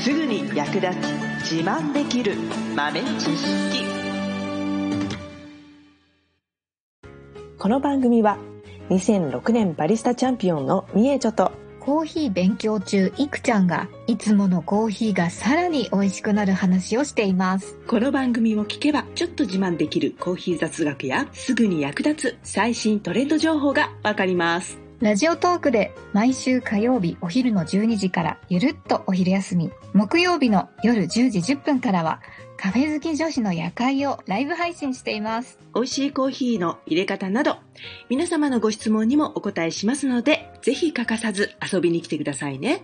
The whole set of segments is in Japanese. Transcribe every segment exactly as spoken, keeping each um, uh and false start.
すぐに役立つ自慢できる豆知識。この番組はにせんろくねんバリスタチャンピオンのみえちょとコーヒー勉強中いくちゃんがいつものコーヒーがさらに美味しくなる話をしています。 この番組を聞けばちょっと自慢できるコーヒー雑学やすぐに役立つ最新トレンド情報がわかります。 ラジオトークで毎週火曜日お昼のじゅうにじからゆるっとお昼休み、木曜日の夜じゅうじじゅっぷんからはカフェ好き女子の夜会をライブ配信しています。 美味しいコーヒーの入れ方など皆様のご質問にもお答えしますので、ぜひ欠かさず遊びに来てくださいね。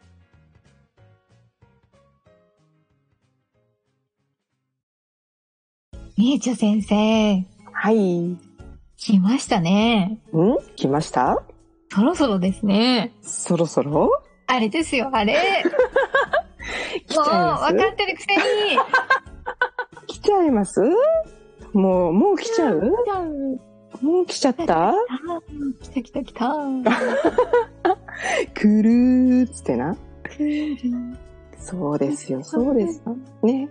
みえちょ先生。 はい。 来ましたね。 ん？来ました？ そろそろですね。 そろそろ？ あれですよ、あれ。 来ちゃいます？ もう分かってるくせに。 来ちゃいます？もう、もう来ちゃう？もう来ちゃった？ 来た来た来た。 くるーっつってな。そうですよ、そうですよ。ね。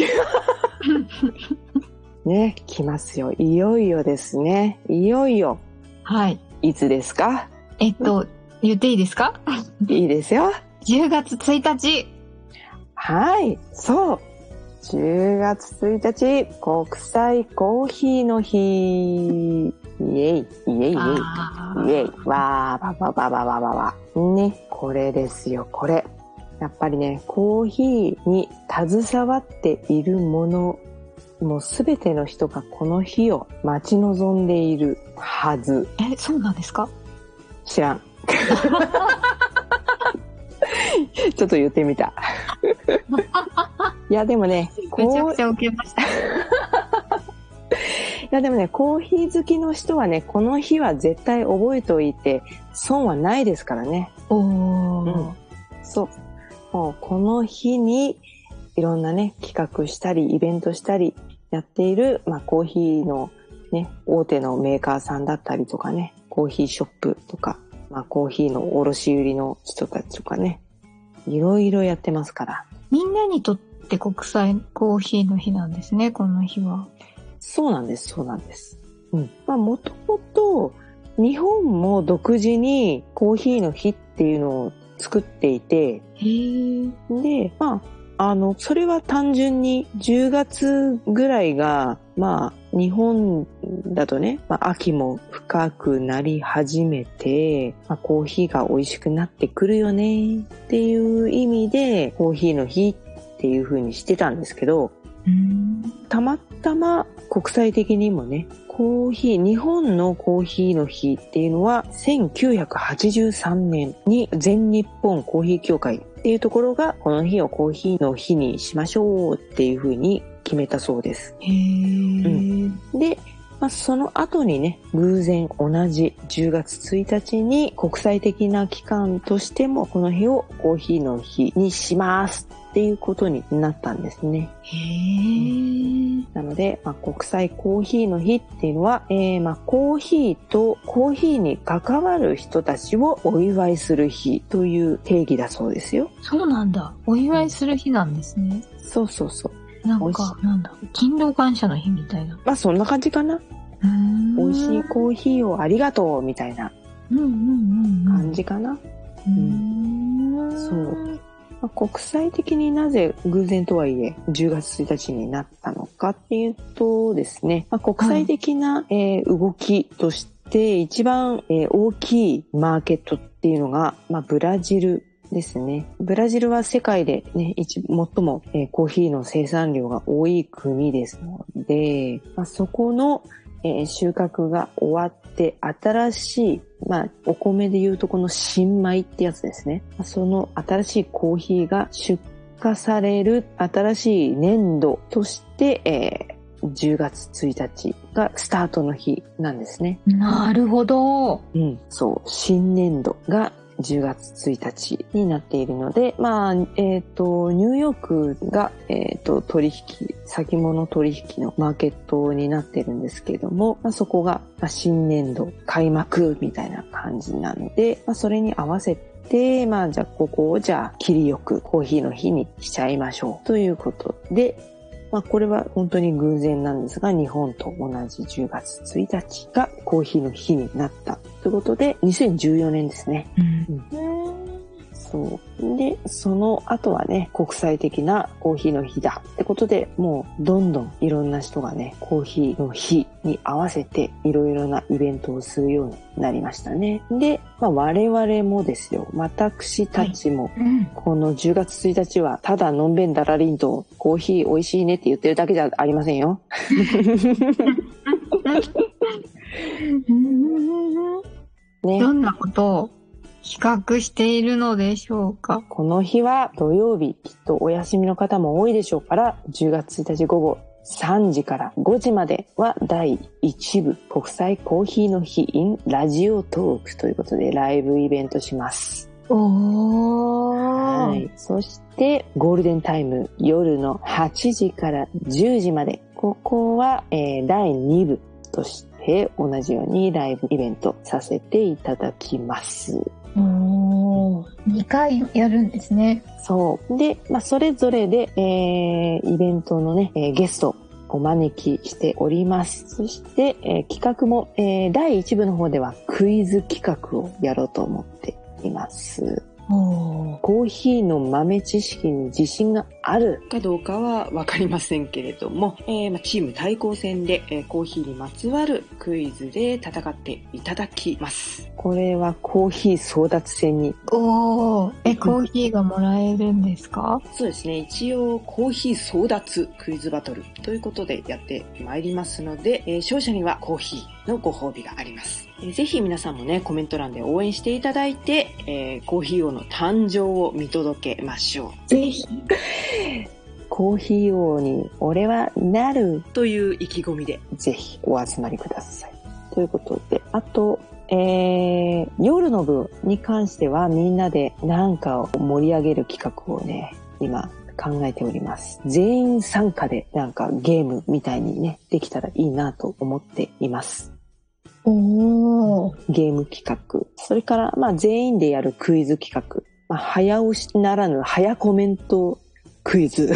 ね、来ますよ。いよいよですね。いよいよ。 はい。 いつですか？ えっと、言っていいですか？ いいですよ。 じゅうがつついたち。 はい、そう。じゅうがつついたち、国際コーヒーの日。イエイ、イエイ、イエイ、イエイ、わー、ばばばばばばば。ね、これですよ、これ。やっぱりね、コーヒーに携わっているもの、もうすべての人がこの日を待ち望んでいるはず。 え、そうなんですか？ 知らん。ちょっと言ってみた。いやでもね、 めちゃくちゃ受けました。いやでもね、コーヒー好きの人はね、この日は絶対覚えておいて損はないですからね。 おー、 うん、そう。もうこの日にいろんなね、企画したりイベントしたりやっている、まあコーヒーのね、大手のメーカーさんだったりとかね、コーヒーショップとか、まあコーヒーの卸売りの人たちとかね、いろいろやってますから。 みんなにとって国際コーヒーの日なんですね、この日は。 そうなんです、そうなんです。うん。まあもともと日本も独自にコーヒーの日っていうのを作っていて、 へー。 で、まあ、あの、それは単純にじゅうがつぐらいが、まあ、日本だとね、まあ、秋も深くなり始めて、まあ、コーヒーが美味しくなってくるよねっていう意味で、コーヒーの日っていう風にしてたんですけど、 うーん、 たまたま国際的にもね、コーヒー、日本のコーヒーの日っていうのはせんきゅうひゃくはちじゅうさんねんに全日本コーヒー協会っていうところがこの日をコーヒーの日にしましょうっていう風に決めたそうです。 へー。 うん、で、まあ、その後にね、偶然同じじゅうがつついたちに国際的な機関としてもこの日をコーヒーの日にしますっていうことになったんですね。 へー。 なので、まあ、国際コーヒーの日っていうのは、えー、まあコーヒーとコーヒーに関わる人たちをお祝いする日という定義だそうですよ。 そうなんだ。お祝いする日なんですね。 そうそうそう。 なんか、なんだ、勤労感謝の日みたいな。 まあそんな感じかな。 うーん、 美味しいコーヒーをありがとうみたいな感じかな。 うんうんうんうん、 そう。まあ、国際的になぜ偶然とはいえじゅうがつついたちになったのかっていうとですね、まあ、国際的な、はい、えー、動きとして一番、えー、大きいマーケットっていうのが、まあ、ブラジルですね。ブラジルは世界でね、一最も、えー、コーヒーの生産量が多い国ですので、まあ、そこの、えー、収穫が終わって新しい、まあ、お米でいうとこの新米ってやつですね。その新しいコーヒーが出荷される新しい年度として、えー、じゅうがつついたちがスタートの日なんですね。 なるほど。 うん、そう、新年度がじゅうがつついたちになっているので、まあ、えっと、ニューヨークが、えっと、取引、先物取引のマーケットになってるんですけれども、まあ、そこが、まあ、新年度開幕みたいな感じなので、まあ、それに合わせてで、まあ、じゃあ、ここを、じゃあ、切りよく、コーヒーの日にしちゃいましょう。ということで、まあ、これは本当に偶然なんですが、日本と同じじゅうがつついたちがコーヒーの日になったということで、にせんじゅうよねんですね。うんうん、そう。で、その後はね、国際的なコーヒーの日だってことで、もうどんどんいろんな人がね、コーヒーの日に合わせていろいろなイベントをするようになりましたね。で、まあ、我々もですよ、私たちも、はいうん、このじゅうがつついたちは、ただのんべんだらりんとコーヒー美味しいねって言ってるだけじゃありませんよ。 ね、どんなことを企画しているのでしょうか。 この日は土曜日、きっとお休みの方も多いでしょうから、じゅうがつついたち午後さんじからごじまではだいいちぶ国際コーヒーの日 in ラジオトークということでライブイベントします。 おー。 はい。そしてゴールデンタイム夜のはちじからじゅうじまで、ここは、えー、だいにぶとして同じようにライブイベントさせていただきます。 おー、にかいやるんですね。 そう。で、まあ、それぞれで、えー、イベントのね、えー、ゲストお招きしております。そして、えー、企画も、えー、だいいちぶの方ではクイズ企画をやろうと思っています。 おー。 コーヒーの豆知識に自信があるかどうかはわかりませんけれども、えーまあ、チーム対抗戦で、えー、コーヒーにまつわるクイズで戦っていただきます。 これはコーヒー争奪戦に。 おー。え、コーヒーがもらえるんですか？ そうですね。一応コーヒー争奪クイズバトルということでやってまいりますので、えー、勝者にはコーヒーのご褒美があります。えー、ぜひ皆さんもね、コメント欄で応援していただいて、えー、コーヒー王の誕生を見届けましょう。 ぜひ。 コーヒー王に俺はなるという意気込みでぜひお集まりください。ということで、あと、えー、夜の部に関してはみんなでなんかを盛り上げる企画をね、今考えております。全員参加でなんかゲームみたいにね、できたらいいなと思っています。 おー。 ゲーム企画。それから、まあ全員でやるクイズ企画。まあ、早押しならぬ早コメントクイズ。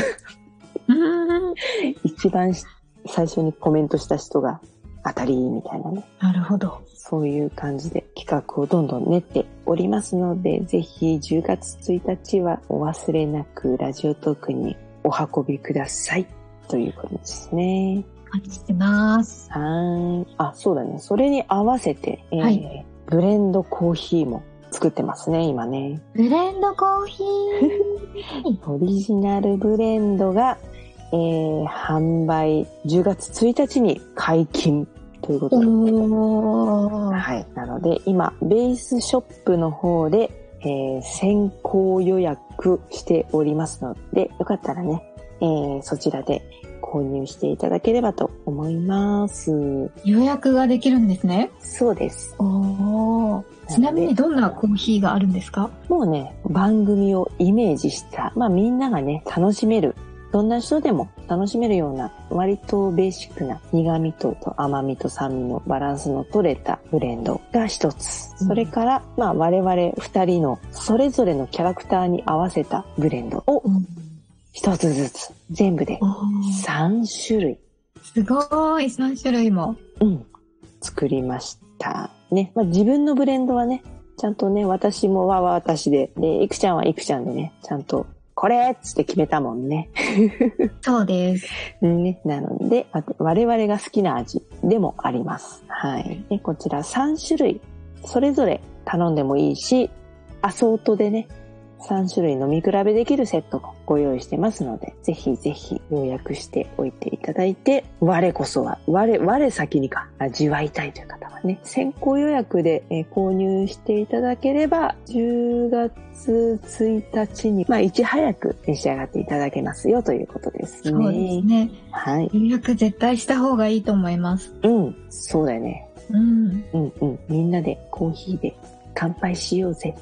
一番最初にコメントした人が当たりみたいなね。 なるほど。 そういう感じで企画をどんどん練っておりますので、ぜひじゅうがつついたちはお忘れなくラジオトークにお運びくださいということですね。 お待ちしてます。 はーい。あ、そうだね。それに合わせて、えーはい、ブレンドコーヒーも作ってますね、今ね。 ブレンドコーヒーオリジナルブレンドが、えー、販売じゅうがつついたちに解禁ということで。はい。なので、今、ベースショップの方で、えー、先行予約しておりますので、よかったらね、えー、そちらで購入していただければと思います。 予約ができるんですね。 そうです。 おー。ちなみにどんなコーヒーがあるんですか？ もうね、番組をイメージした、まあみんながね、楽しめる、どんな人でも楽しめるような、割とベーシックな苦味と甘みと酸味のバランスの取れたブレンドが一つ。それから、まあ我々二人のそれぞれのキャラクターに合わせたブレンドを一つずつ、全部でさんしゅるい。 すごい、さんしゅるいも。 うん。作りました。ね。まあ自分のブレンドはね、ちゃんとね、私もは私で、で、いくちゃんはいくちゃんでね、ちゃんと、これっつって決めたもんね。 そうです。 ね、なので、我々が好きな味でもあります。はい。で、こちらさんしゅるい、それぞれ頼んでもいいし、アソートでね、さんしゅるい飲み比べできるセットもご用意してますので、ぜひぜひ予約しておいていただいて、我こそは、我、我先にか、味わいたいという方はね、先行予約で、えー、購入していただければ、じゅうがつついたちに、まあ、いち早く召し上がっていただけますよということですね。 そうですね。 はい。 予約絶対した方がいいと思います。 うん、そうだよね。 うん。 うんうん。みんなでコーヒーで乾杯しようぜ。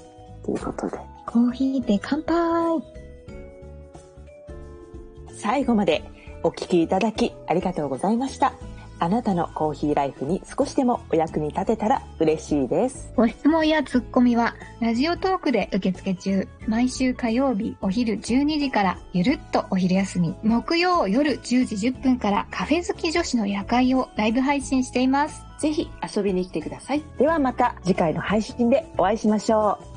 ということで。 コーヒーで乾杯。 最後までお聞きいただきありがとうございました。あなたのコーヒーライフに少しでもお役に立てたら嬉しいです。 ご質問やツッコミはラジオトークで受付中。毎週火曜日お昼じゅうにじからゆるっとお昼休み、木曜夜じゅうじじゅっぷんからカフェ好き女子の夜会をライブ配信しています。 ぜひ遊びに来てください。 ではまた次回の配信でお会いしましょう。